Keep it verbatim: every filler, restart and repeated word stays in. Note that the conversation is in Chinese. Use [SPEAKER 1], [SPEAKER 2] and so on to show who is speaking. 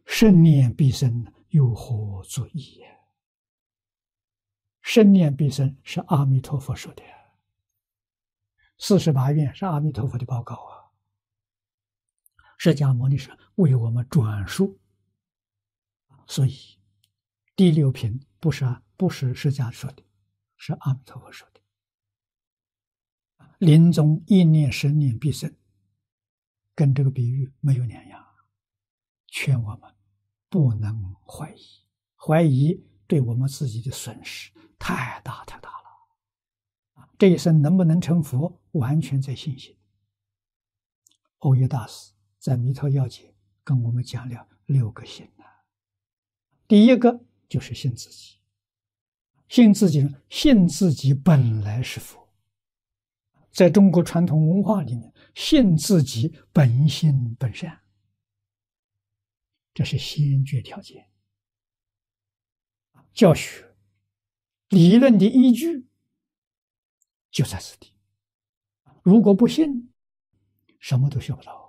[SPEAKER 1] 生念必生，有何足疑？生念必生是阿弥陀佛说的，四十八愿是阿弥陀佛的报告啊。释迦牟尼是为我们转述，所以第六品不是不是释迦说的，是阿弥陀佛说的。临终一念生念必生，跟这个比喻没有两样，劝我们不能怀疑，怀疑对我们自己的损失太大太大了。这一生能不能成佛，完全在信心。欧耶大师在《弥陀要解》跟我们讲了六个信呢。第一个就是信自己，信自己，信自己本来是佛。在中国传统文化里面，信自己本性本善，这是先决条件。教学理论的依据就在此地，如果不信，什么都学不到。